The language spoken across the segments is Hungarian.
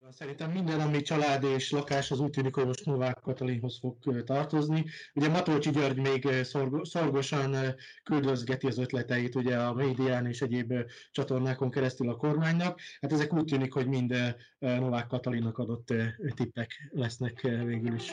Szerintem minden, ami család és lakás, az úgy tűnik, hogy most Novák Katalinhoz fog tartozni. Ugye Matolcsi György még szorgosan küldözgeti az ötleteit ugye a médián és egyéb csatornákon keresztül a kormánynak. Hát ezek úgy tűnik, hogy mind Novák Katalinnak adott tippek lesznek végül is.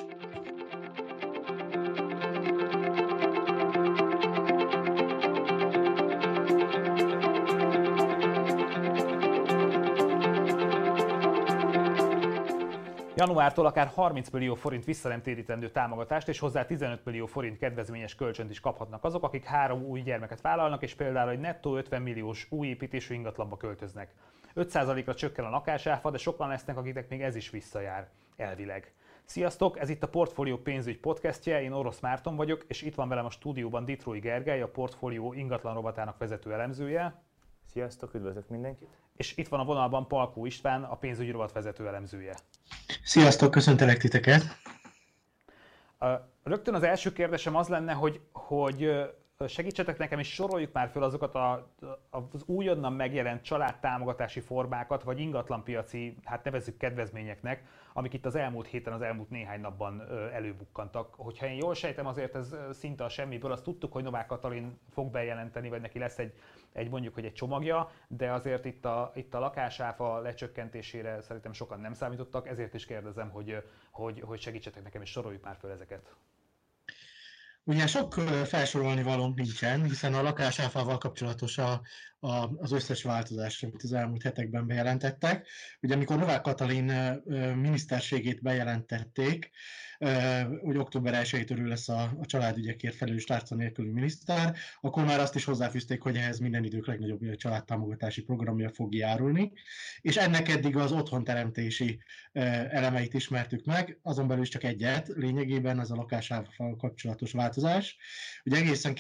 Januártól akár 30 millió forint visszanemtérítendő támogatást és hozzá 15 millió forint kedvezményes kölcsönt is kaphatnak azok, akik 3 új gyermeket vállalnak, és például egy nettó 50 milliós új építésű ingatlanba költöznek. 5%-ra csökken a lakásáfa, de sokan lesznek, akiknek még ez is visszajár, elvileg. Sziasztok, ez itt a Portfólió pénzügy podcastje, én Orosz Márton vagyok, és itt van velem a stúdióban Ditrói Gergely, a Portfólió ingatlan rovatának vezető elemzője. Sziasztok, üdvözlök mindenkit! És itt van a vonalban Palkó István, a pénzügyi rovat vezető elemzője. Sziasztok, köszöntelek titeket! Rögtön az első kérdésem az lenne, hogy segítsetek nekem, és soroljuk már föl azokat az újonnan megjelent családtámogatási formákat, vagy ingatlanpiaci, hát nevezzük kedvezményeknek, amik itt az elmúlt héten, az elmúlt néhány napban előbukkantak. Hogyha én jól sejtem, azért ez szinte a semmiből. Azt tudtuk, hogy Novák Katalin fog bejelenteni, vagy neki lesz mondjuk, hogy egy csomagja, de azért itt a lakásáfa lecsökkentésére szerintem sokan nem számítottak, ezért is kérdezem, hogy segítsetek nekem, és soroljuk már föl ezeket. Ugye sok felsorolni valónk nincsen, hiszen a lakásáfával kapcsolatos az összes változás, amit az elmúlt hetekben bejelentettek. Ugye amikor Novák Katalin miniszterségét bejelentették, hogy október 1-től ő lesz a családügyekért felelős tárca nélküli miniszter, akkor már azt is hozzáfűzték, hogy ehhez minden idők legnagyobb családtámogatási programja fog járulni, és ennek eddig az otthonteremtési elemeit ismertük meg, azon belül is csak egyet, lényegében ez a lakásával kapcsolatos változás. Ugye egészen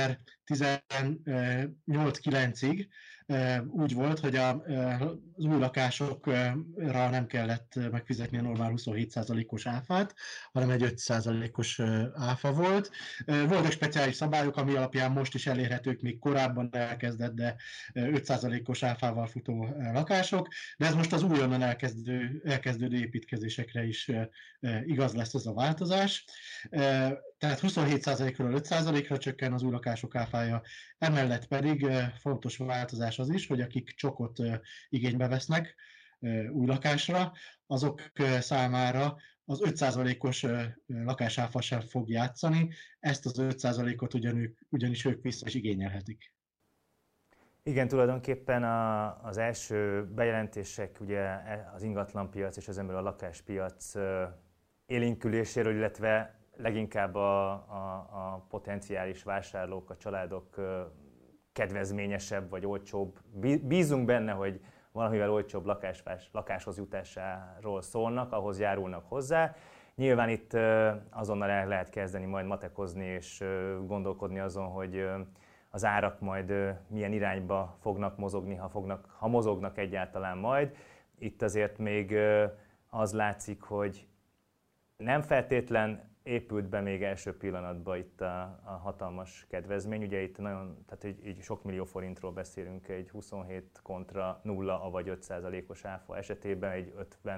2018-9-ig úgy volt, hogy az új lakásokra nem kellett megfizetni a normál 27%-os áfát, hanem egy 5%-os áfa volt. Voltak speciális szabályok, ami alapján most is elérhetők, még korábban elkezdett, de 5%-os áfával futó lakások, de ez most az újonnan elkezdődő építkezésekre is igaz lesz ez a változás. Tehát 27%-ról 5%-ra csökken az új lakások áfája, emellett pedig fontos változás az is, hogy akik csokot igénybe vesznek új lakásra, azok számára az 5%-os lakásáfa sem fog játszani, ezt az 5%-ot ugyanis ők vissza is igényelhetik. Igen, tulajdonképpen az első bejelentések ugye az ingatlanpiac és ezen belül a lakáspiac élénküléséről, illetve leginkább a potenciális vásárlók, a családok kedvezményesebb vagy olcsóbb. Bízunk benne, hogy valamivel olcsóbb lakáshoz jutásáról szólnak, ahhoz járulnak hozzá. Nyilván itt azonnal el lehet kezdeni majd matekozni és gondolkodni azon, hogy az árak majd milyen irányba fognak mozogni, ha mozognak egyáltalán majd. Itt azért még az látszik, hogy nem feltétlen épült be még első pillanatban itt a hatalmas kedvezmény. Ugye itt tehát így sok millió forintról beszélünk egy 27 kontra 0, avagy 5%-os áfa esetében egy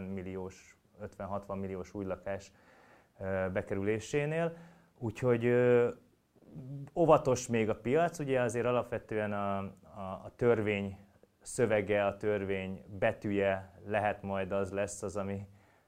50-60 milliós új lakás bekerülésénél. Úgyhogy óvatos még a piac, ugye azért alapvetően a törvény szövege, a törvény betűje lehet majd az lesz az, ami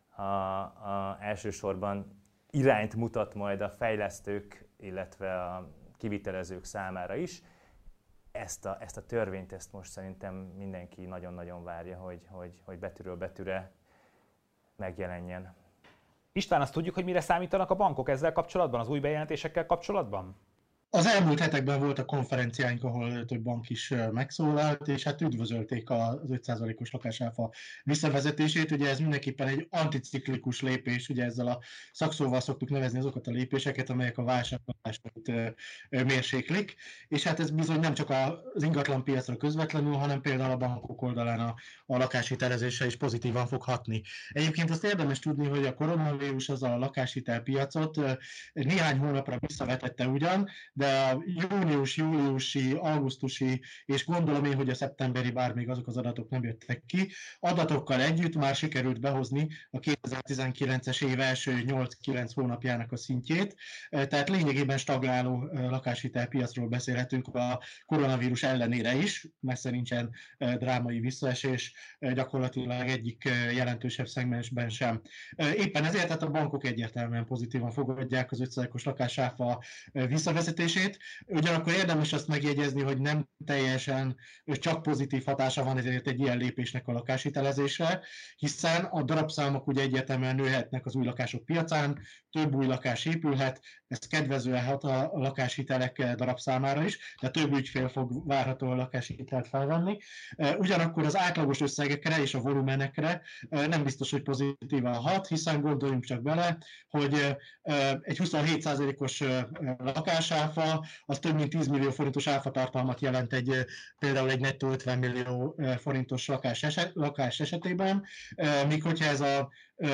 elsősorban irányt mutat majd a fejlesztők, illetve a kivitelezők számára is. Ezt a törvényt most szerintem mindenki nagyon-nagyon várja, hogy betűről betűre megjelenjen. István, azt tudjuk, hogy mire számítanak a bankok ezzel kapcsolatban, az új bejelentésekkel kapcsolatban? Az elmúlt hetekben voltak konferenciáink, ahol több bank is megszólalt, és hát üdvözölték az 5%-os lakásáfa visszavezetését. Ugye ez mindenképpen egy anticiklikus lépés, ugye ezzel a szakszóval szoktuk nevezni azokat a lépéseket, amelyek a válsághatásait mérséklik, és hát ez bizony nem csak az ingatlanpiacra közvetlenül, hanem például a bankok oldalán a lakáshitelezésre is pozitívan fog hatni. Egyébként azt érdemes tudni, hogy a koronavírus az a lakáshitelpiacot néhány hónapra visszavetette ugyan, de de a június, júliusi, augusztusi, és gondolom én, hogy a szeptemberi, bár még azok az adatok nem jöttek ki, adatokkal együtt már sikerült behozni a 2019-es év első 8-9 hónapjának a szintjét, tehát lényegében stagnáló lakáshitelpiacról beszélhetünk a koronavírus ellenére is, messze nincsen drámai visszaesés, gyakorlatilag egyik jelentősebb szegmensben sem. Éppen ezért tehát a bankok egyértelműen pozitívan fogadják az 5%-os lakásáfa visszavezetését. Ugyanakkor érdemes azt megjegyezni, hogy nem teljesen csak pozitív hatása van ezért egy ilyen lépésnek a lakáshitelezésre, hiszen a darabszámok ugye egyértelműen nőhetnek az új lakások piacán, több új lakás épülhet, ez kedvezően hat a lakáshitelek darabszámára is, de több ügyfél fog várhatóan lakáshitelt felvenni. Ugyanakkor az átlagos összegekre és a volumenekre nem biztos, hogy pozitívan hat, hiszen gondoljunk csak bele, hogy egy 27%-os lakásáfa, az több mint 10 millió forintos áfatartalmat jelent például egy nettó 50 millió forintos lakás esetében, míg hogyha ez a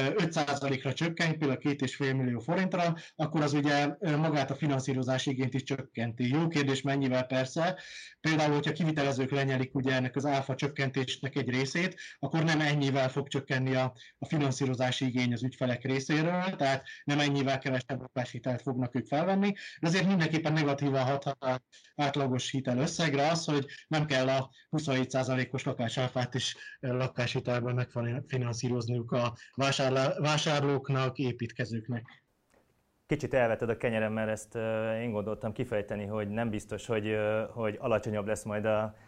5%-ra csökkent, például 2,5 millió forintra, akkor az ugye magát a finanszírozási igényt is csökkenti. Jó kérdés, mennyivel persze. Például, hogyha kivitelezők lenyelik ugye ennek az áfa csökkentésnek egy részét, akkor nem ennyivel fog csökkenni a finanszírozási igény az ügyfelek részéről, tehát nem ennyivel kevesebb lakáshitelt fognak ők felvenni, de azért mindenképpen negatívan hathat az átlagos hitel összegre az, hogy nem kell a 27%-os lakásáfát is lakáshitelben megfinanszírozniuk a vásárlóknak, építkezőknek. Kicsit elvetted a kenyerem, mert ezt én gondoltam kifejteni, hogy nem biztos, hogy alacsonyabb lesz majd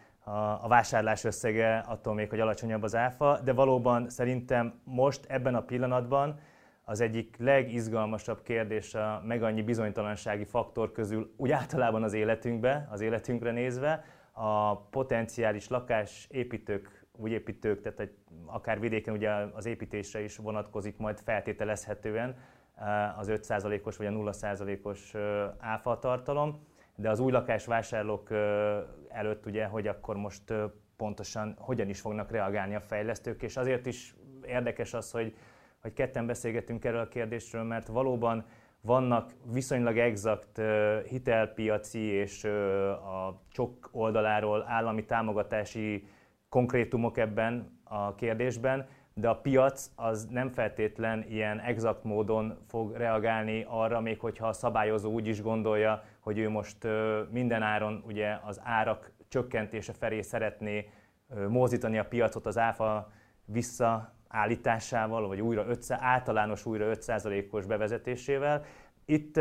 a vásárlás összege, attól még, hogy alacsonyabb az áfa, de valóban szerintem most ebben a pillanatban az egyik legizgalmasabb kérdés a meg annyi bizonytalansági faktor közül úgy általában az életünkre nézve, a potenciális lakásépítők, új építők, tehát akár vidéken ugye az építésre is vonatkozik majd feltételezhetően az 5%-os vagy a 0%-os áfa tartalom, de az új lakásvásárlók előtt ugye, hogy akkor most pontosan hogyan is fognak reagálni a fejlesztők, és azért is érdekes az, hogy ketten beszélgetünk erről a kérdésről, mert valóban vannak viszonylag exakt hitelpiaci és a csok oldaláról állami támogatási konkrétumok ebben a kérdésben, de a piac az nem feltétlen ilyen exakt módon fog reagálni arra, még hogyha a szabályozó úgy is gondolja, hogy ő most minden áron ugye az árak csökkentése felé szeretné mozdítani a piacot az áfa visszaállításával, vagy általános újra 5%-os bevezetésével. Itt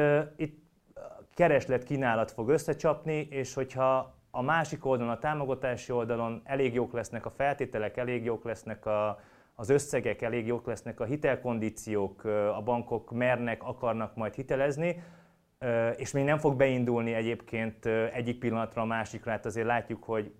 kereslet-kínálat fog összecsapni, és hogyha a másik oldalon, a támogatási oldalon elég jók lesznek a feltételek, elég jók lesznek az összegek, elég jók lesznek a hitelkondíciók, a bankok akarnak majd hitelezni, és még nem fog beindulni egyébként egyik pillanatra a másikra, hát azért látjuk, hogy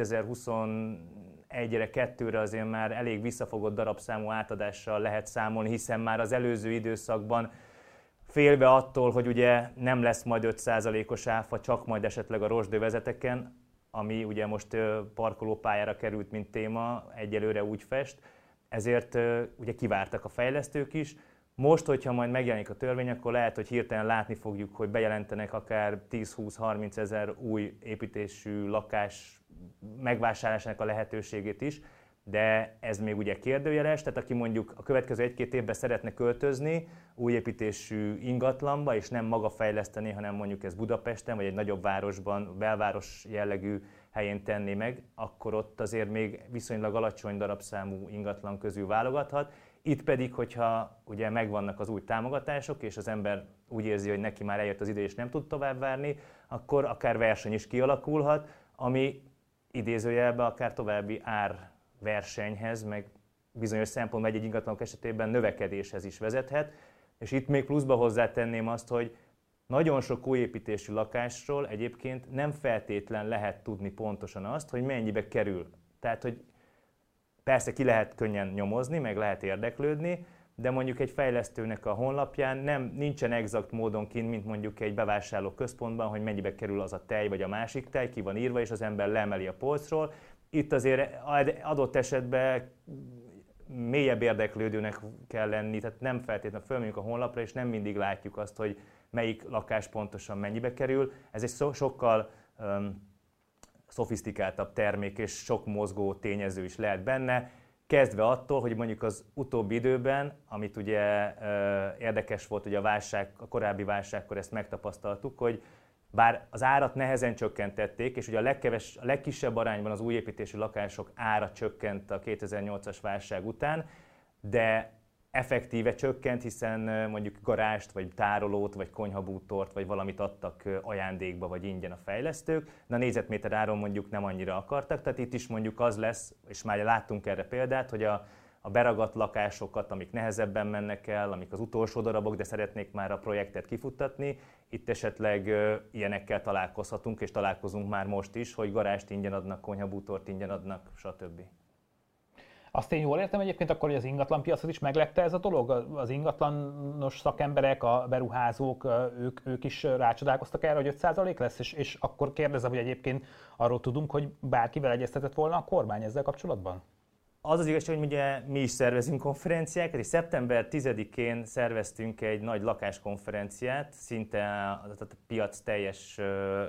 2021-re, 2-re azért már elég visszafogott darabszámú átadással lehet számolni, hiszen már az előző időszakban félve attól, hogy ugye nem lesz majd 5%-os áfa, csak majd esetleg a rozsdővezeteken, ami ugye most parkolópályára került, mint téma, egyelőre úgy fest, ezért ugye kivártak a fejlesztők is. Most, hogyha majd megjelenik a törvény, akkor lehet, hogy hirtelen látni fogjuk, hogy bejelentenek akár 10-20-30 ezer új építésű lakás megvásárlásának a lehetőségét is, de ez még ugye kérdőjeles, tehát aki mondjuk a következő 1-2 évben szeretne költözni új építésű ingatlanba, és nem maga fejleszteni, hanem mondjuk ez Budapesten, vagy egy nagyobb városban, belváros jellegű helyén tenni meg, akkor ott azért még viszonylag alacsony darabszámú ingatlan közül válogathat. Itt pedig, hogyha ugye megvannak az új támogatások, és az ember úgy érzi, hogy neki már eljött az idő, és nem tud tovább várni, akkor akár verseny is kialakulhat, ami idézőjelben akár további árversenyhez, meg bizonyos szempontból egy ingatlanok esetében növekedéshez is vezethet. És itt még pluszba hozzátenném azt, hogy nagyon sok új építésű lakásról egyébként nem feltétlen lehet tudni pontosan azt, hogy mennyibe kerül. Tehát, hogy persze ki lehet könnyen nyomozni, meg lehet érdeklődni, de mondjuk egy fejlesztőnek a honlapján nincsen exakt módon kint, mint mondjuk egy bevásárló központban, hogy mennyibe kerül az a tej vagy a másik tej, ki van írva, és az ember leemeli a polcról. Itt azért adott esetben mélyebb érdeklődőnek kell lenni, tehát nem feltétlenül fölmegyünk a honlapra, és nem mindig látjuk azt, hogy melyik lakás pontosan mennyibe kerül. Ez egy sokkal szofisztikáltabb termék, és sok mozgó tényező is lehet benne. Kezdve attól, hogy mondjuk az utóbbi időben, amit ugye érdekes volt, hogy a korábbi válságkor ezt megtapasztaltuk, hogy bár az árat nehezen csökkentették, és ugye a legkisebb arányban az újépítésű lakások ára csökkent a 2008-as válság után, de effektíve csökkent, hiszen mondjuk garást, vagy tárolót, vagy konyhabútort, vagy valamit adtak ajándékba, vagy ingyen a fejlesztők, de a négyzetméter áron mondjuk nem annyira akartak, tehát itt is mondjuk az lesz, és már láttunk erre példát, hogy a beragadt lakásokat, amik nehezebben mennek el, amik az utolsó darabok, de szeretnék már a projektet kifuttatni, itt esetleg ilyenekkel találkozhatunk, és találkozunk már most is, hogy garást ingyen adnak, konyhabútort ingyen adnak, stb. Azt én jól értem egyébként akkor, hogy az ingatlanpiacot is meglepte ez a dolog? Az ingatlanos szakemberek, a beruházók, ők is rácsodálkoztak erre, hogy 5% lesz? És akkor kérdezem, hogy egyébként arról tudunk, hogy bárkivel egyeztetett volna a kormány ezzel kapcsolatban? Az az igazság, hogy ugye mi is szervezünk konferenciákat, és szeptember 10-én szerveztünk egy nagy lakáskonferenciát, szinte a piac teljes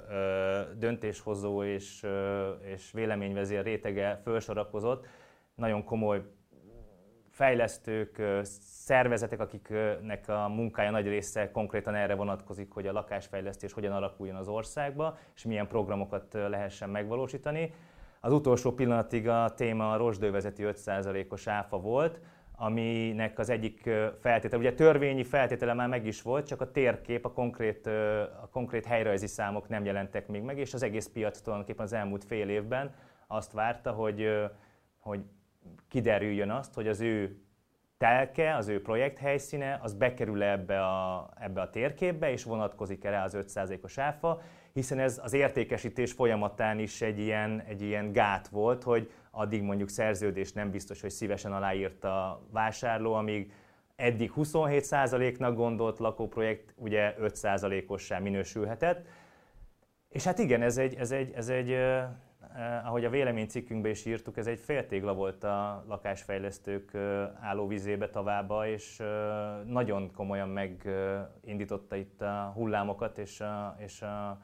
döntéshozó és véleményvezér rétege felsorakozott. Nagyon komoly fejlesztők, szervezetek, akiknek a munkája nagy része konkrétan erre vonatkozik, hogy a lakásfejlesztés hogyan alakuljon az országba, és milyen programokat lehessen megvalósítani. Az utolsó pillanatig a téma a rozsdővezeti 5%-os áfa volt, aminek az egyik feltétele, ugye törvényi feltétele már meg is volt, csak a térkép, a konkrét helyrajzi számok nem jelentek még meg, és az egész piac tulajdonképpen az elmúlt fél évben azt várta, hogy kiderüljön azt, hogy az ő telke, az ő projekt helyszíne, az bekerül ebbe a térképbe, és vonatkozik rá az 5%-os áfa, hiszen ez az értékesítés folyamatán is egy ilyen gát volt, hogy addig mondjuk szerződés nem biztos, hogy szívesen aláírt a vásárló, amíg eddig 27%-nak gondolt lakóprojekt, ugye 5%-ossá minősülhetett. És hát igen, ez egy ahogy a véleménycikkünkben is írtuk, ez egy féltégla volt a lakásfejlesztők állóvizébe, tavába, és nagyon komolyan megindította itt a hullámokat, és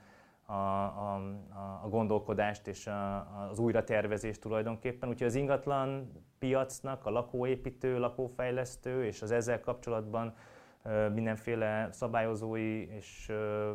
a gondolkodást és az újratervezést tulajdonképpen. Úgyhogy az ingatlan piacnak, a lakóépítő, lakófejlesztő és az ezzel kapcsolatban mindenféle szabályozói és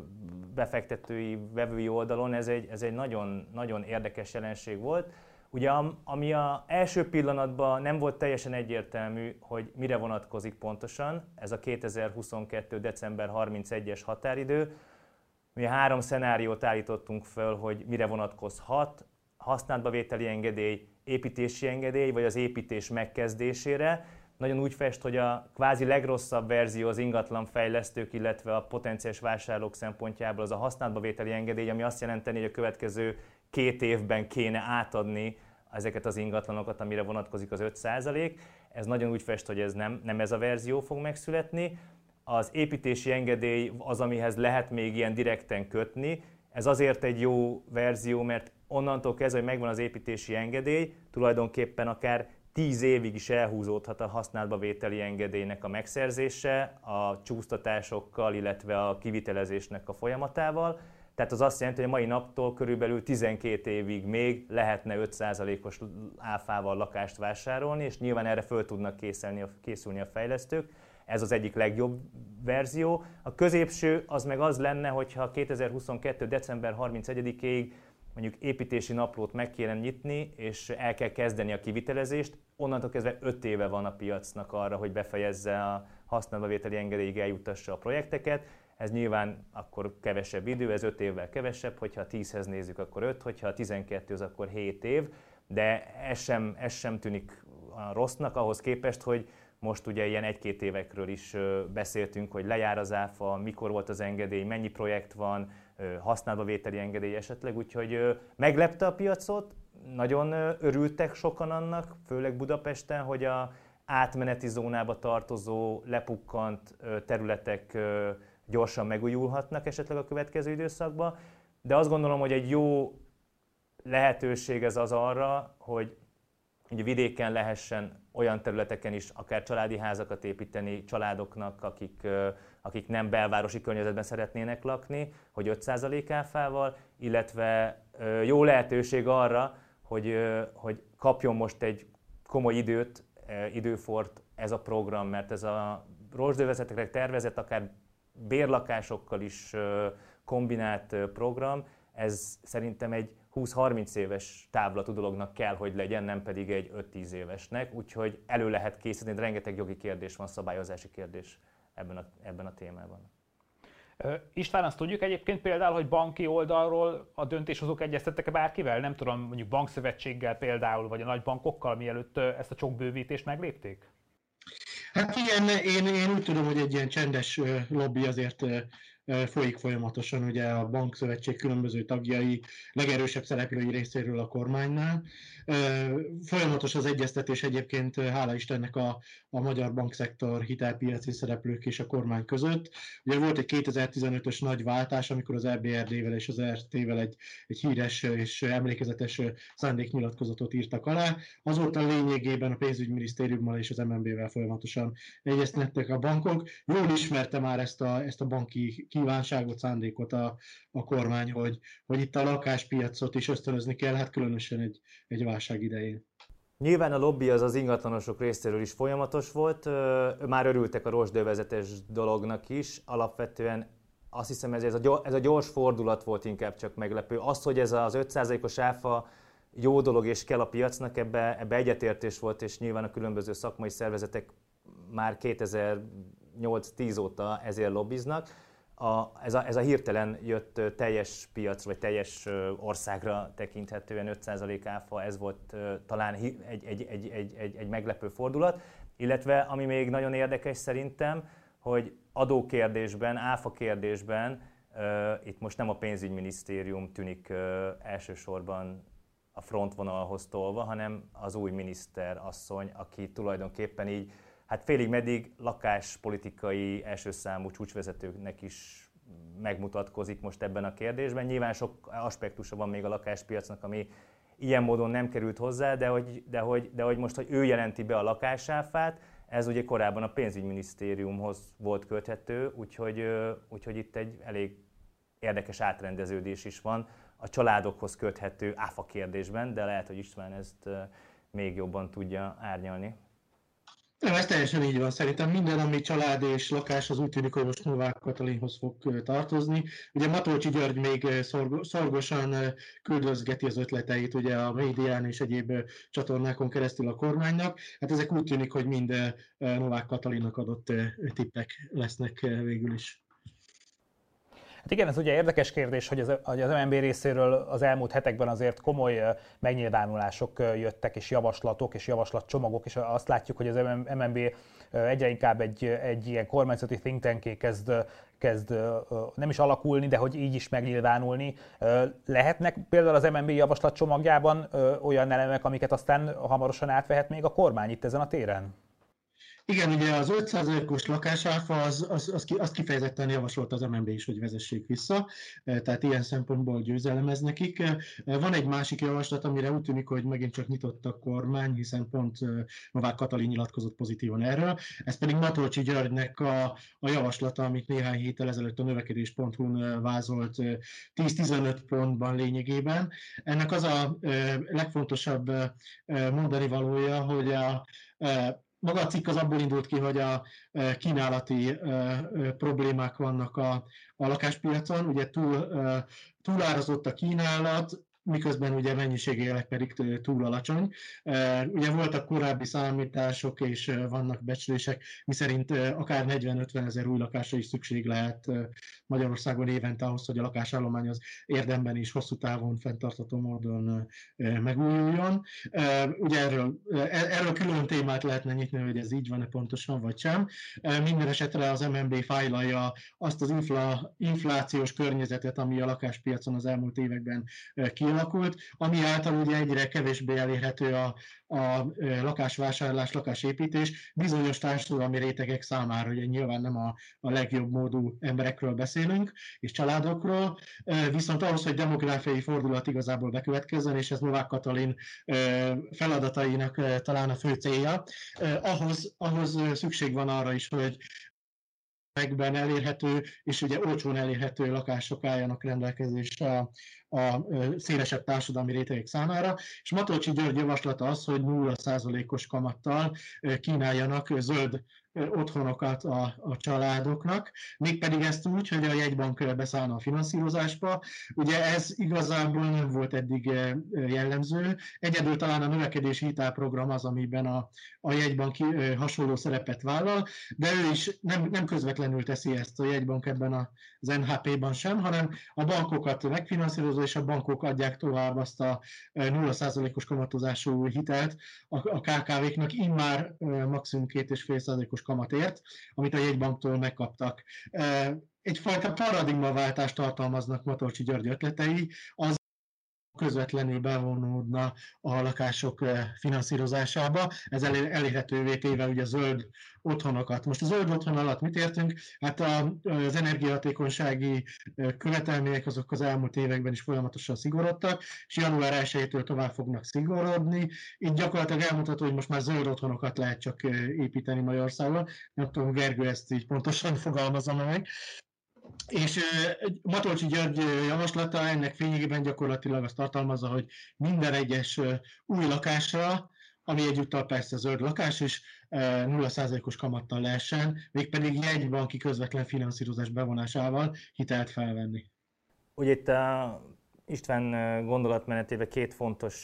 befektetői, vevői oldalon ez egy nagyon, nagyon érdekes jelenség volt. Ugye ami az első pillanatban nem volt teljesen egyértelmű, hogy mire vonatkozik pontosan, ez a 2022. december 31-es határidő. Mi 3 szenáriót állítottunk föl, hogy mire vonatkozhat: használatbavételi engedély, építési engedély, vagy az építés megkezdésére. Nagyon úgy fest, hogy a kvázi legrosszabb verzió az ingatlanfejlesztők, illetve a potenciális vásárlók szempontjából az a használatbavételi engedély, ami azt jelenteni, hogy a következő 2 évben kéne átadni ezeket az ingatlanokat, amire vonatkozik az 5%. Ez nagyon úgy fest, hogy ez nem ez a verzió fog megszületni. Az építési engedély az, amihez lehet még ilyen direkten kötni. Ez azért egy jó verzió, mert onnantól kezdve, hogy megvan az építési engedély, tulajdonképpen akár 10 évig is elhúzódhat a használatbavételi engedélynek a megszerzése, a csúsztatásokkal, illetve a kivitelezésnek a folyamatával. Tehát az azt jelenti, hogy a mai naptól körülbelül 12 évig még lehetne 5%-os áfával lakást vásárolni, és nyilván erre föl tudnak készülni a fejlesztők. Ez az egyik legjobb verzió. A középső az meg az lenne, hogyha 2022. december 31-ig mondjuk építési naplót meg kéne nyitni, és el kell kezdeni a kivitelezést, onnantól kezdve 5 éve van a piacnak arra, hogy befejezze a használatbavételi engedélyig eljutassa a projekteket. Ez nyilván akkor kevesebb idő, ez 5 évvel kevesebb, hogyha 10-hez nézzük, akkor 5, hogyha a 12-hez, akkor 7 év, de ez sem tűnik rossznak ahhoz képest, hogy most ugye ilyen 1-2 évekről is beszéltünk, hogy lejár az áfa, mikor volt az engedély, mennyi projekt van, használatbavételi engedély esetleg, úgyhogy meglepte a piacot, nagyon örültek sokan annak, főleg Budapesten, hogy a átmeneti zónába tartozó, lepukkant területek gyorsan megújulhatnak esetleg a következő időszakban, de azt gondolom, hogy egy jó lehetőség ez az arra, hogy ugye vidéken lehessen olyan területeken is akár családi házakat építeni családoknak, akik nem belvárosi környezetben szeretnének lakni, hogy 5% áfával, illetve jó lehetőség arra, hogy kapjon most egy komoly időfort ez a program, mert ez a rozsdővezetekre tervezett, akár bérlakásokkal is kombinált program, ez szerintem egy 20-30 éves távlatú dolognak kell, hogy legyen, nem pedig egy 5-10 évesnek, úgyhogy elő lehet készíteni, rengeteg jogi kérdés van, szabályozási kérdés ebben a témában. István, azt tudjuk egyébként például, hogy banki oldalról a döntéshozók egyeztettek-e bárkivel? Nem tudom, mondjuk bankszövetséggel például, vagy a nagy bankokkal, mielőtt ezt a csokbővítést meglépték? Hát igen, én úgy tudom, hogy egy ilyen csendes lobby azért folyik folyamatosan, ugye a bankszövetség különböző tagjai, legerősebb szereplői részéről a kormánynál. Folyamatos az egyeztetés egyébként, hála Istennek a magyar bankszektor, hitelpiaci szereplők és a kormány között. Ugye volt egy 2015-ös nagy váltás, amikor az EBRD-vel és az RT-vel egy híres és emlékezetes szándéknyilatkozatot írtak alá. Azóta lényegében a pénzügyminisztériummal és az MNB-vel folyamatosan egyeztettek a bankok. Jól ismerte már ezt a banki kívánságot, szándékot a kormány, hogy itt a lakáspiacot is ösztönözni kell, hát különösen egy válság idején. Nyilván a lobby az inglatlanosok részéről is folyamatos volt, már örültek a rozsdővezetes dolognak is, alapvetően azt hiszem ez a gyors fordulat volt inkább csak meglepő. Az, hogy ez az 5%-os áfa jó dolog és kell a piacnak, ebbe egyetértés volt, és nyilván a különböző szakmai szervezetek már 2008-10 óta ezért lobbiznak. Ez a hirtelen jött teljes piacra, vagy teljes országra tekinthetően 5% áfa, ez volt talán egy meglepő fordulat. Illetve ami még nagyon érdekes szerintem, hogy adókérdésben, áfa kérdésben, itt most nem a pénzügyminisztérium tűnik elsősorban a frontvonalhoz tolva, hanem az új miniszter asszony, aki tulajdonképpen így hát félig meddig lakáspolitikai elsőszámú csúcsvezetőknek is megmutatkozik most ebben a kérdésben. Nyilván sok aspektusa van még a lakáspiacnak, ami ilyen módon nem került hozzá, de hogy most, hogy ő jelenti be a lakásáfát, ez ugye korábban a pénzügyminisztériumhoz volt köthető, úgyhogy itt egy elég érdekes átrendeződés is van a családokhoz köthető áfa kérdésben, de lehet, hogy István ezt még jobban tudja árnyalni. Nem, ez teljesen így van. Szerintem minden, ami család és lakás, az úgy tűnik, hogy most Novák Katalinhoz fog tartozni. Ugye Matolcsy György még szorgosan küldözgeti az ötleteit ugye a médián és egyéb csatornákon keresztül a kormánynak. Hát ezek úgy tűnik, hogy mind Novák Katalinnak adott tippek lesznek végül is. Hát igen, ez ugye érdekes kérdés, hogy az MNB részéről az elmúlt hetekben azért komoly megnyilvánulások jöttek, és javaslatok, és javaslatcsomagok, és azt látjuk, hogy az MNB egyre inkább egy ilyen kormányzati think tanké kezd nem is alakulni, de hogy így is megnyilvánulni. Lehetnek például az MNB javaslatcsomagjában olyan elemek, amiket aztán hamarosan átvehet még a kormány itt ezen a téren? Igen, ugye az 5%-os lakásáfa azt kifejezetten javasolta az MNB is, hogy vezessék vissza, tehát ilyen szempontból győzelem ez nekik. Van egy másik javaslat, amire úgy tűnik, hogy megint csak nyitott a kormány, hiszen pont Novák Katalin nyilatkozott pozitívan erről. Ez pedig Matolcsy Györgynek a javaslata, amit néhány héttel ezelőtt a növekedés.hu-n vázolt 10-15 pontban lényegében. Ennek az a legfontosabb mondani valója, hogy maga a cikk az abból indult ki, hogy a kínálati problémák vannak a lakáspiacon, ugye túlárazott a kínálat, miközben ugye mennyiségileg pedig túl alacsony. Ugye voltak korábbi számítások, és vannak becslések, miszerint akár 40-50 ezer új lakásra is szükség lehet Magyarországon évente ahhoz, hogy a lakásállomány az érdemben és hosszú távon fenntartható módon megújuljon. Ugye erről külön témát lehetne nyitni, hogy ez így van-e pontosan, vagy sem. Minden esetre az MNB fájlalja azt az inflációs környezetet, ami a lakáspiacon az elmúlt években kialakult, kialakult, ami által ugye egyre kevésbé elérhető a lakásvásárlás, lakásépítés bizonyos társadalmi rétegek számára, ugye nyilván nem a legjobb módú emberekről beszélünk, és családokról, viszont ahhoz, hogy demográfiai fordulat igazából bekövetkezzen, és ez Novák Katalin feladatainak talán a fő célja, ahhoz szükség van arra is, hogy megben elérhető és ugye olcsón elérhető lakások álljanak rendelkezésre a szélesebb társadalmi rétegek számára, és Matolcsy György javaslata az, hogy 0%-os kamattal kínáljanak zöld otthonokat a családoknak, mégpedig ezt úgy, hogy a jegybank beszállna a finanszírozásba. Ugye ez igazából nem volt eddig jellemző. Egyedül talán a növekedési hitelprogram az, amiben a jegybank hasonló szerepet vállal, de ő is nem közvetlenül teszi ezt a jegybank ebben az NHP-ban sem, hanem a bankokat megfinanszírozza, és a bankok adják tovább azt a 0%-os kamatozású hitelt a KKV-knak immár maximum 2,5%-os kamatért, amit a jegybanktól megkaptak. Egyfajta paradigmaváltást tartalmaznak Matolcsy György ötletei, az közvetlenül bevonódna a lakások finanszírozásába, ez elérhetővé téve ugye zöld otthonokat. Most a zöld otthon alatt mit értünk? Hát az energiahatékonysági követelmények azok az elmúlt években is folyamatosan szigorodtak, és január 1-től tovább fognak szigorodni. Így gyakorlatilag elmondható, hogy most már zöld otthonokat lehet csak építeni Magyarországon. Nem tudom, Gergő ezt így pontosan fogalmazza meg. És Matolcsy György javaslata ennek fényében gyakorlatilag azt tartalmazza, hogy minden egyes új lakásra, ami egyúttal persze zöld lakás is, 0%-os kamattal lehessen, mégpedig jegybanki közvetlen finanszírozás bevonásával hitelt felvenni. Ugye itt a István gondolatmenetébe két fontos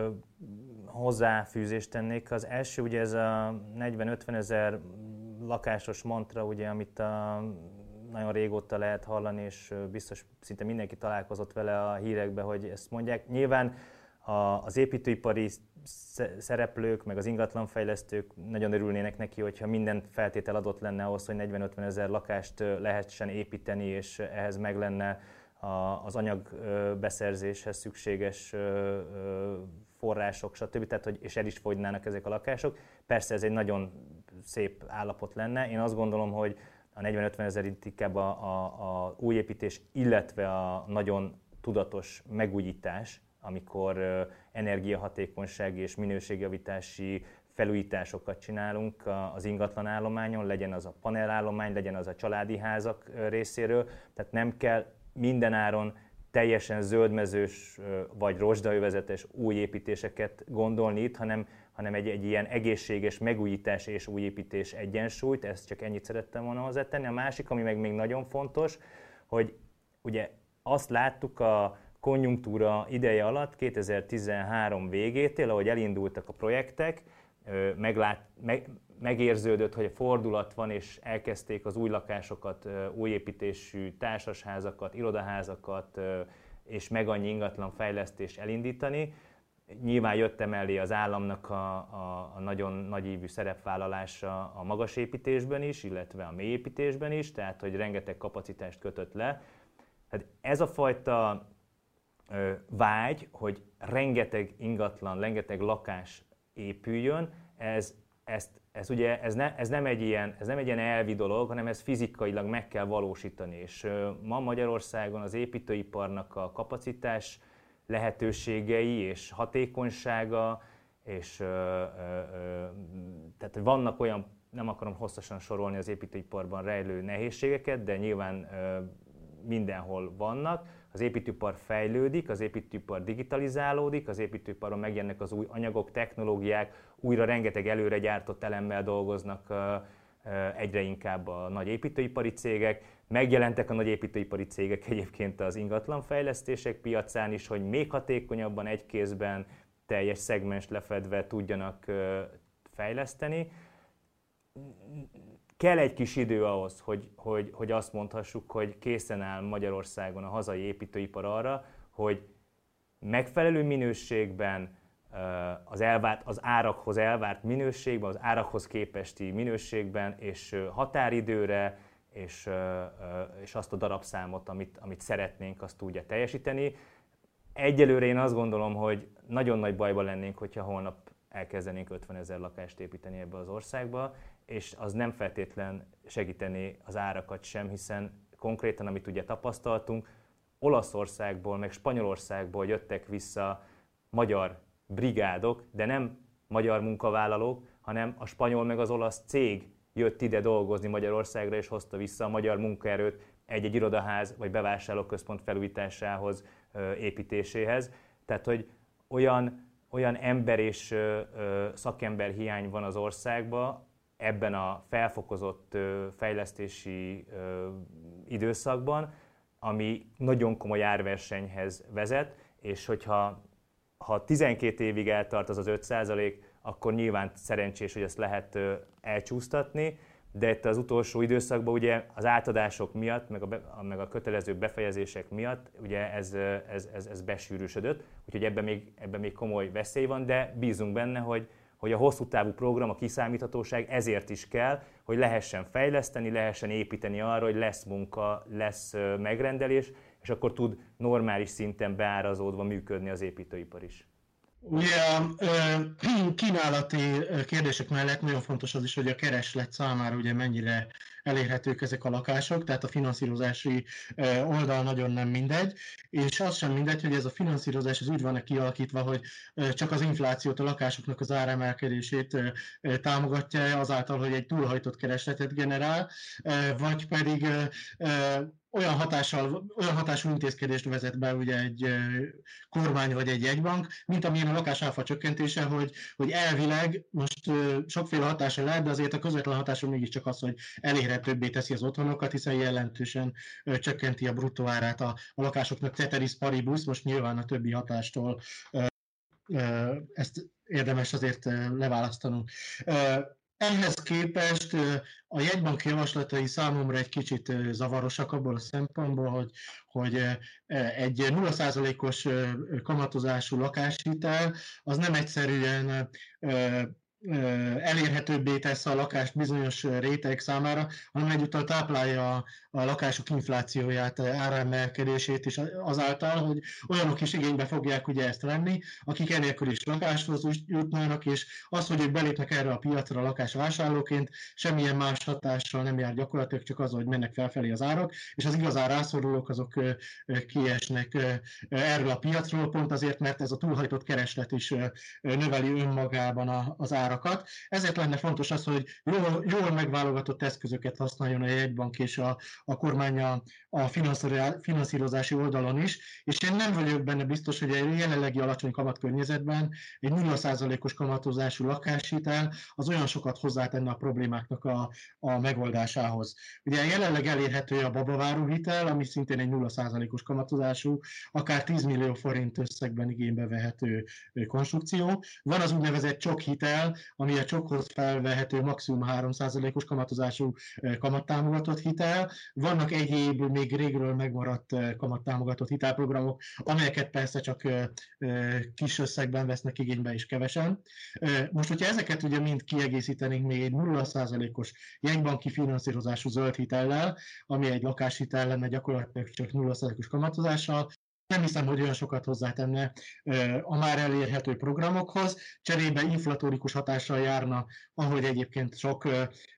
hozzáfűzést tennék. Az első ugye ez a 40-50 ezer lakásos mantra, ugye, amit nagyon régóta lehet hallani, és biztos szinte mindenki találkozott vele a hírekben, hogy ezt mondják. Nyilván az építőipari szereplők, meg az ingatlanfejlesztők nagyon örülnének neki, hogyha minden feltétel adott lenne ahhoz, hogy 40-50 ezer lakást lehessen építeni, és ehhez meg lenne az anyagbeszerzéshez szükséges források, stb. Tehát, és el is fogynának ezek a lakások. Persze ez egy nagyon szép állapot lenne. Én azt gondolom, hogy a 40-50 ezer inkább a újépítés, illetve a nagyon tudatos megújítás, amikor energiahatékonysági és minőségjavítási felújításokat csinálunk az ingatlan állományon, legyen az a panelállomány, legyen az a családi házak részéről. Tehát nem kell mindenáron teljesen zöldmezős vagy rozsdaövezetes új építéseket gondolni itt, hanem egy ilyen egészséges megújítás és újépítés egyensúlyt, ezt csak ennyit szerettem volna hozzátenni. A másik, ami meg még nagyon fontos, hogy ugye azt láttuk a konjunktúra ideje alatt, 2013 végétől, ahogy elindultak a projektek, megérződött, hogy a fordulat van, és elkezdték az új lakásokat, új építésű társasházakat, irodaházakat és meg annyi ingatlan fejlesztést elindítani. Nyilván jött emellé az államnak a nagyon nagyívű szerepvállalása a magas építésben is, illetve a mély építésben is, tehát hogy rengeteg kapacitást kötött le. Tehát ez a fajta vágy, hogy rengeteg ingatlan, rengeteg lakás épüljön, ez nem egy ilyen elvi dolog, hanem ez fizikailag meg kell valósítani. És ma Magyarországon az építőiparnak a kapacitás lehetőségei és hatékonysága, és tehát vannak olyan, nem akarom hosszasan sorolni az építőiparban rejlő nehézségeket, de nyilván mindenhol vannak. Az építőipar fejlődik, az építőipar digitalizálódik, az építőiparban megjelennek az új anyagok, technológiák, újra rengeteg előre gyártott elemmel dolgoznak egyre inkább a nagy építőipari cégek. Megjelentek a nagy építőipari cégek egyébként az ingatlanfejlesztések piacán is, hogy még hatékonyabban egy kézben teljes szegmens lefedve tudjanak fejleszteni. Kell egy kis idő ahhoz, hogy azt mondhassuk, hogy készen áll Magyarországon a hazai építőipar arra, hogy megfelelő minőségben, az árakhoz elvárt minőségben, az árakhoz képesti minőségben és határidőre, és azt a darabszámot, amit szeretnénk, azt tudja teljesíteni. egyelőre én azt gondolom, hogy nagyon nagy bajban lennénk, hogyha holnap elkezdenénk 50 000 lakást építeni ebbe az országba, és az nem feltétlen segíteni az árakat sem, hiszen konkrétan, amit ugye tapasztaltunk, Olaszországból, meg Spanyolországból jöttek vissza magyar brigádok, de nem magyar munkavállalók, hanem a spanyol meg az olasz cég jött ide dolgozni Magyarországra, és hozta vissza a magyar munkaerőt egy irodaház vagy bevásárlóközpont felújításához, építéséhez. Tehát, hogy olyan ember és szakember hiány van az országban ebben a felfokozott fejlesztési időszakban, ami nagyon komoly árversenyhez vezet, és hogyha 12 évig eltart az 5%, akkor nyilván szerencsés, hogy ezt lehet elcsúsztatni, de itt az utolsó időszakban ugye az átadások miatt, meg a kötelező befejezések miatt ugye ez besűrűsödött, úgyhogy ebben még komoly veszély van, de bízunk benne, hogy a hosszú távú program, a kiszámíthatóság ezért is kell, hogy lehessen fejleszteni, lehessen építeni arra, hogy lesz munka, lesz megrendelés, és akkor tud normális szinten beárazódva működni az építőipar is. Ugye a kínálati kérdések mellett nagyon fontos az is, hogy a kereslet számára ugye mennyire elérhetők ezek a lakások, tehát a finanszírozási oldal nagyon nem mindegy, és az sem mindegy, hogy ez a finanszírozás az úgy van kialakítva, hogy csak az inflációt, a lakásoknak az áremelkedését támogatja azáltal, hogy egy túlhajtott keresletet generál, vagy pedig olyan hatású intézkedést vezet be ugye egy kormány vagy egy jegybank, mint amilyen a lakásáfa csökkentése, hogy elvileg most sokféle hatása lehet, de azért a közvetlen hatása mégiscsak az, hogy elérhetőbbé teszi az otthonokat, hiszen jelentősen csökkenti a bruttó árát a lakásoknak, ceteris paribus, most nyilván a többi hatástól ezt érdemes azért leválasztanunk. Ehhez képest a jegybank javaslatai számomra egy kicsit zavarosak abból a szempontból, hogy egy 0%-os kamatozású lakáshitel az nem egyszerűen elérhetőbbé tesz a lakást bizonyos rétegek számára, hanem egyúttal táplálja a lakások inflációját, áremelkedését is azáltal, hogy olyanok is igénybe fogják ugye ezt venni, akik enélkül is lakáshoz jutnának, és az, hogy ők belépnek erre a piacra lakásvásárlóként, semmilyen más hatással nem jár gyakorlatilag, csak az, hogy mennek felfelé az árak, és az igazán rászorulók azok kiesnek erről a piacról, pont azért, mert ez a túlhajtott kereslet is növeli önmagában az árakat. Ezért lenne fontos az, hogy jól megválogatott eszközöket használjon a jegybank és a kormány a finanszírozási oldalon is, és én nem vagyok benne biztos, hogy a jelenlegi alacsony kamatkörnyezetben egy 0%-os kamatozású lakáshitel az olyan sokat hozzátenne a problémáknak a megoldásához. Ugye jelenleg elérhető a babaváró hitel, ami szintén egy 0%-os kamatozású, akár 10 millió forint összegben igénybe vehető konstrukció. Van az úgynevezett csokhitel, ami a csokhoz felvehető maximum 3%-os kamatozású kamattámogatott hitel. Vannak egyéb, még régről megmaradt kamattámogatott hitelprogramok, amelyeket persze csak kis összegben vesznek igénybe és kevesen. Most, hogyha ezeket ugye mind kiegészítenénk még egy 0%-os jegybanki finanszírozású zöld hitellel, ami egy lakáshitel lenne gyakorlatilag csak 0%-os kamatozással, nem hiszem, hogy olyan sokat hozzátenne a már elérhető programokhoz. Cserébe inflatórikus hatással járna, ahogy egyébként sok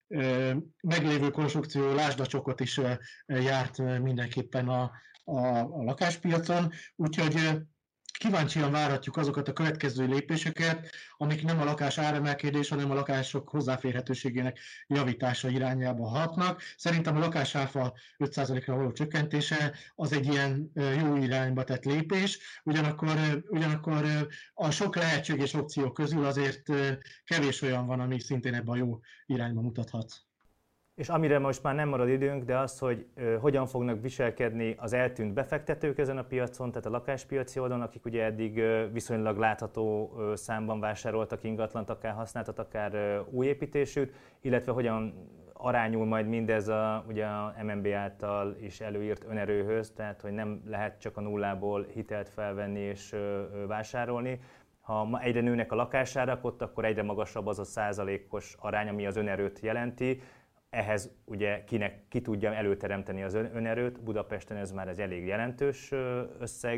meglévő konstrukció, lásd a csokot is járt mindenképpen a lakáspiacon. Úgyhogy kíváncsian várhatjuk azokat a következő lépéseket, amik nem a lakás áremelkedés, hanem a lakások hozzáférhetőségének javítása irányába hatnak. Szerintem a lakásáfa 5%-ra való csökkentése az egy ilyen jó irányba tett lépés, ugyanakkor a sok lehetséges opció közül azért kevés olyan van, ami szintén ebben a jó irányba mutathat. És amire most már nem marad időnk, de az, hogy hogyan fognak viselkedni az eltűnt befektetők ezen a piacon, tehát a lakáspiaci oldalon, akik ugye eddig viszonylag látható számban vásároltak ingatlant, akár használtat, akár új építésűt, illetve hogyan arányul majd mindez ugye a MNB által is előírt önerőhöz, tehát hogy nem lehet csak a nullából hitelt felvenni és vásárolni. Ha egyre nőnek a lakásárak, ott akkor egyre magasabb az a százalékos arány, ami az önerőt jelenti. Ehhez ugye ki tudja előteremteni az önerőt, Budapesten ez már egy elég jelentős összeg,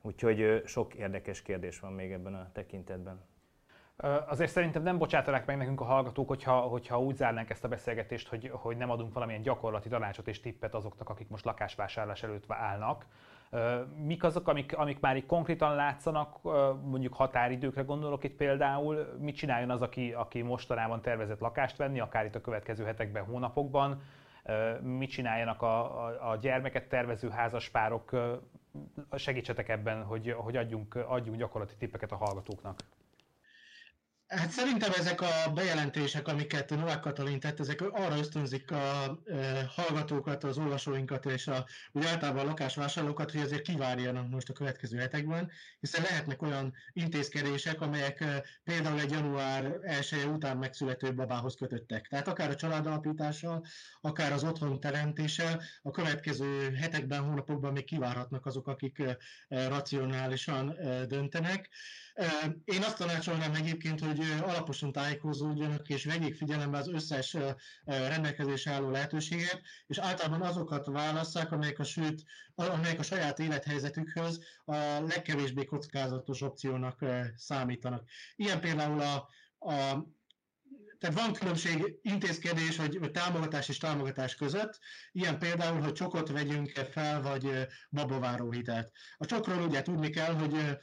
Úgyhogy sok érdekes kérdés van még ebben a tekintetben. Azért szerintem nem bocsátanák meg nekünk a hallgatók, hogyha úgy zárnánk ezt a beszélgetést, hogy nem adunk valamilyen gyakorlati tanácsot és tippet azoknak, akik most lakásvásárlás előtt állnak. Mik azok, amik már így konkrétan látszanak, mondjuk határidőkre gondolok itt például, mit csináljon az, aki mostanában tervezett lakást venni, akár itt a következő hetekben, hónapokban, mit csináljanak a gyermeket tervező házaspárok, segítsetek ebben, hogy adjunk gyakorlati tippeket a hallgatókok. Hát szerintem ezek a bejelentések, amiket Novák Katalin tett, ezek arra ösztönzik a hallgatókat, az olvasóinkat és úgy általában a lakásvásárlókat, hogy azért kivárjanak most a következő hetekben, hiszen lehetnek olyan intézkedések, amelyek például egy január 1-e után megszülető babához kötöttek. Tehát akár a családalapítással, akár az otthon teremtéssel a következő hetekben, hónapokban még kivárhatnak azok, akik racionálisan döntenek. Én azt tanácsolnám egyébként, hogy alaposan tájékozódjanak és vegyék figyelembe az összes rendelkezésre álló lehetőséget, és általában azokat válasszák, amelyek a saját élethelyzetükhöz a legkevésbé kockázatos opciónak számítanak. Ilyen például tehát van különbség intézkedés, vagy támogatás és támogatás között, ilyen például, hogy csokot vegyünk fel, vagy babaváró hitelt. A csokról ugye tudni kell, hogy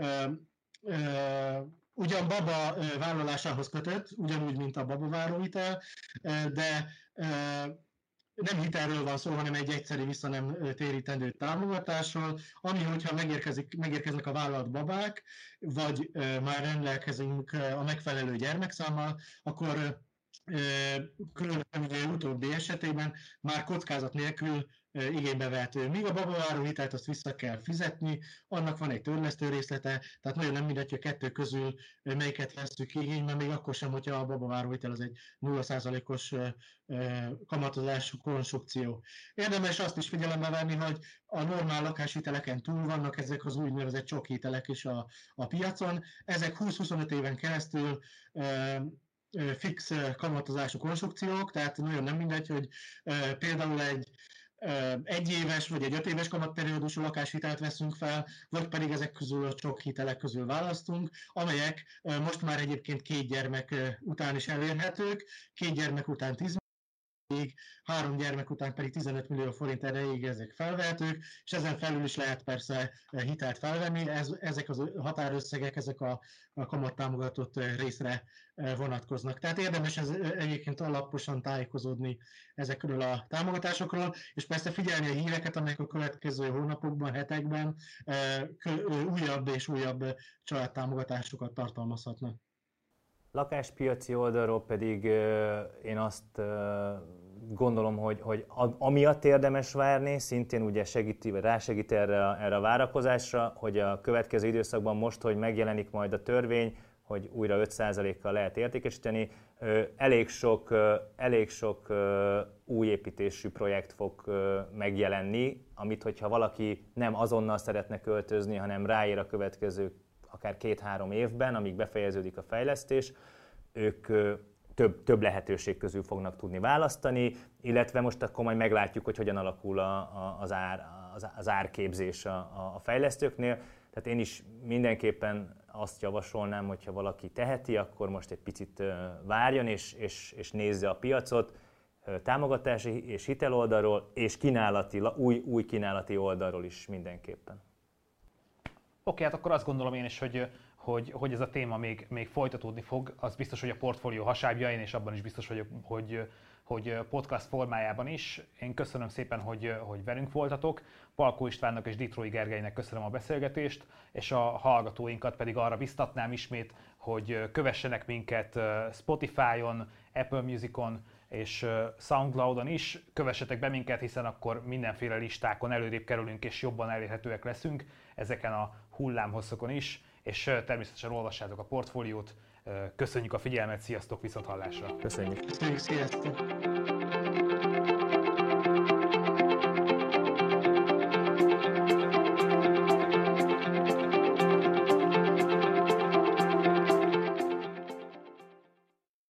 ugyan baba vállalásához kötött, ugyanúgy, mint a babaváró hitel, de nem hitelről van szó, hanem egy egyszerű vissza nem térítendő támogatásról, ami, hogyha megérkeznek a vállalt babák, vagy már rendelkezünk a megfelelő gyermekszámmal, akkor különösen utóbbi esetében már kockázat nélkül igénybe vehető. Míg a babaváró hitelt azt vissza kell fizetni, annak van egy törlesztő részlete, tehát nagyon nem mindegy, hogy a kettő közül melyiket vesszük igénybe, még akkor sem, hogyha a babaváró hitel az egy 0%-os kamatozású konstrukció. Érdemes azt is figyelembe venni, hogy a normál lakáshiteleken túl vannak ezek az úgynevezett csokhitelek is a piacon. Ezek 20-25 éven keresztül fix kamatozású konstrukciók, tehát nagyon nem mindegy, hogy például egy éves vagy egy 5 éves kamatperiódusú lakáshitelt veszünk fel, vagy pedig ezek közül a csokhitelek közül választunk, amelyek most már egyébként 2 gyermek után is elérhetők, 2 gyermek után 10 millió, 3 gyermek után pedig 15 millió forint erejéig ezek felvehetők, és ezen felül is lehet persze hitelt felvenni. Ezek az határösszegek, ezek a kamattámogatott részre vonatkoznak. Tehát érdemes egyébként alaposan tájékozódni ezekről a támogatásokról, és persze figyelni a híreket, amelyek a következő hónapokban, hetekben újabb és újabb családtámogatásokat tartalmazhatnak. Lakáspiaci oldalról pedig én azt gondolom, hogy amiatt érdemes várni, szintén ugye rásegít erre a várakozásra, hogy a következő időszakban most, hogy megjelenik majd a törvény, hogy újra 5%-kal lehet értékesíteni, elég sok új építésű projekt fog megjelenni, amit hogyha valaki nem azonnal szeretne költözni, hanem ráér a következő akár 2-3 évben, amíg befejeződik a fejlesztés, ők több lehetőség közül fognak tudni választani, illetve most akkor majd meglátjuk, hogy hogyan alakul az árképzés a fejlesztőknél. Tehát én is mindenképpen azt javasolnám, hogyha valaki teheti, akkor most egy picit várjon és nézze a piacot támogatási és hitel oldalról, és új kínálati oldalról is mindenképpen. Oké, hát akkor azt gondolom én is, hogy ez a téma még folytatódni fog. Az biztos, hogy a portfólió hasábjain, és abban is biztos vagyok, hogy podcast formájában is. Én köszönöm szépen, hogy velünk voltatok. Palkó Istvánnak és Ditrói Gergelynek köszönöm a beszélgetést, és a hallgatóinkat pedig arra biztatnám ismét, hogy kövessenek minket Spotify-on, Apple Music-on és Soundcloud-on is. Kövessetek be minket, hiszen akkor mindenféle listákon előrébb kerülünk és jobban elérhetőek leszünk, ezeken a hullámhosszokon is, és természetesen olvassátok a portfóliót. Köszönjük a figyelmet, sziasztok, viszonthallásra! Köszönjük! Sziasztok!